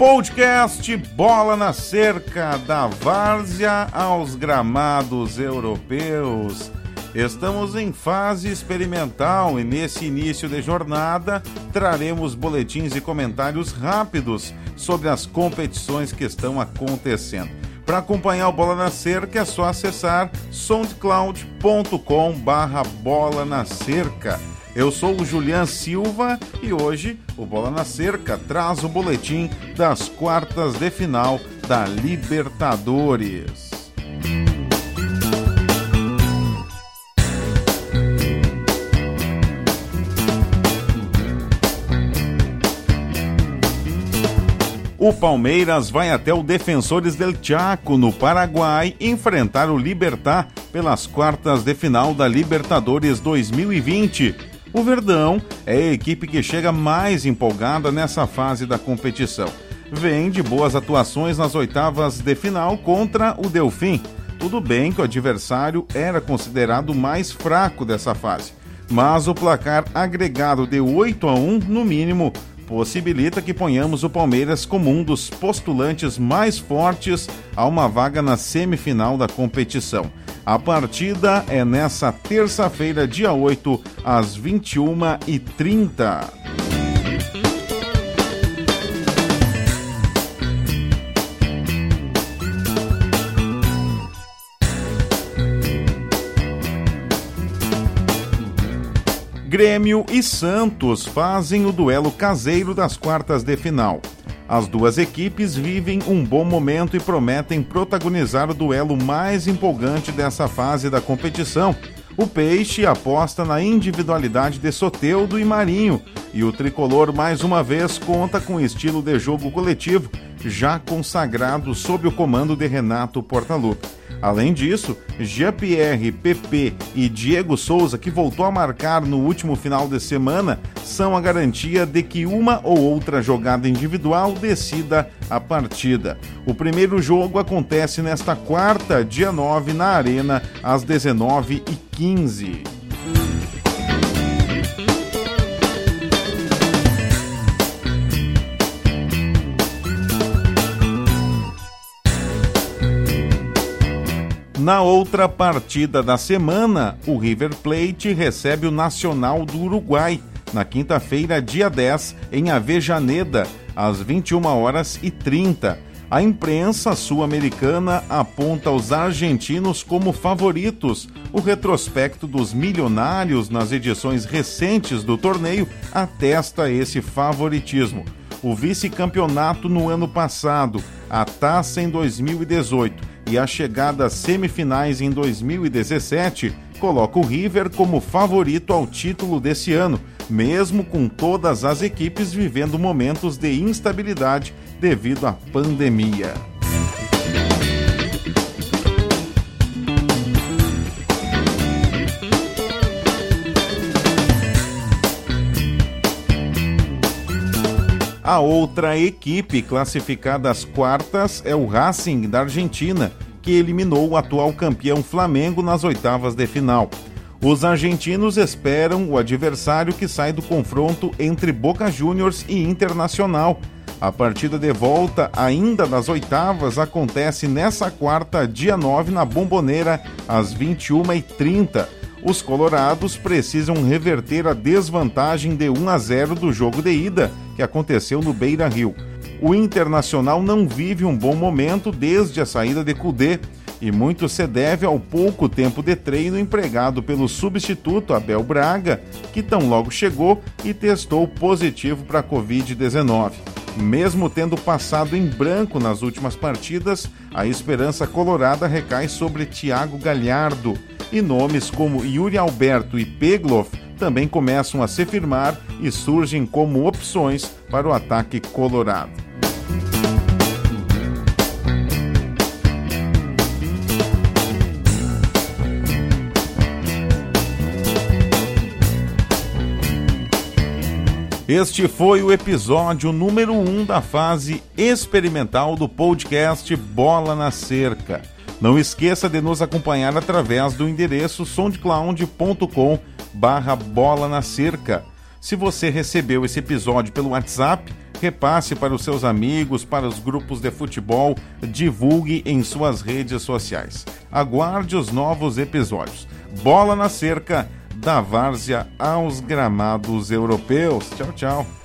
Podcast Bola na Cerca, da várzea aos gramados europeus. Estamos em fase experimental e nesse início de jornada traremos boletins e comentários rápidos sobre as competições que estão acontecendo. Para acompanhar o Bola na Cerca é só acessar soundcloud.com/bola na cerca. Eu sou o Julian Silva e hoje o Bola na Cerca traz o boletim das quartas de final da Libertadores. O Palmeiras vai até o Defensores del Chaco, no Paraguai, enfrentar o Libertad pelas quartas de final da Libertadores 2020. O Verdão é a equipe que chega mais empolgada nessa fase da competição. Vem de boas atuações nas oitavas de final contra o Delfim. Tudo bem que o adversário era considerado o mais fraco dessa fase, mas o placar agregado de 8-1, no mínimo, possibilita que ponhamos o Palmeiras como um dos postulantes mais fortes a uma vaga na semifinal da competição. A partida é nessa terça-feira, dia 8, às 21h30. Grêmio e Santos fazem o duelo caseiro das quartas de final. As duas equipes vivem um bom momento e prometem protagonizar o duelo mais empolgante dessa fase da competição. O Peixe aposta na individualidade de Soteldo e Marinho, e o tricolor mais uma vez conta com o estilo de jogo coletivo, já consagrado sob o comando de Renato Portaluppi. Além disso, Jean-Pierre, Pepe e Diego Souza, que voltou a marcar no último final de semana, são a garantia de que uma ou outra jogada individual decida a partida. O primeiro jogo acontece nesta quarta, dia 9, na Arena, às 19h15. Na outra partida da semana, o River Plate recebe o Nacional do Uruguai, na quinta-feira, dia 10, em Avejaneda, às 21h30. A imprensa sul-americana aponta os argentinos como favoritos. O retrospecto dos milionários nas edições recentes do torneio atesta esse favoritismo. O vice-campeonato no ano passado, a taça em 2018 e a chegada às semifinais em 2017 coloca o River como favorito ao título desse ano, mesmo com todas as equipes vivendo momentos de instabilidade devido à pandemia. A outra equipe classificada às quartas é o Racing da Argentina, que eliminou o atual campeão Flamengo nas oitavas de final. Os argentinos esperam o adversário que sai do confronto entre Boca Juniors e Internacional. A partida de volta, ainda das oitavas, acontece nessa quarta, dia 9, na Bombonera, às 21h30. Os colorados precisam reverter a desvantagem de 1-0 do jogo de ida, que aconteceu no Beira-Rio. O Internacional não vive um bom momento desde a saída de Kudê, e muito se deve ao pouco tempo de treino empregado pelo substituto Abel Braga, que tão logo chegou e testou positivo para a Covid-19. Mesmo tendo passado em branco nas últimas partidas, a esperança colorada recai sobre Thiago Galhardo, e nomes como Yuri Alberto e Pegloff também começam a se firmar e surgem como opções para o ataque colorado. Este foi o episódio número 1 da fase experimental do podcast Bola na Cerca. Não esqueça de nos acompanhar através do endereço soundcloud.com/bola na cerca. Se você recebeu esse episódio pelo WhatsApp, repasse para os seus amigos, para os grupos de futebol, divulgue em suas redes sociais. Aguarde os novos episódios. Bola na cerca, da várzea aos gramados europeus. Tchau, tchau.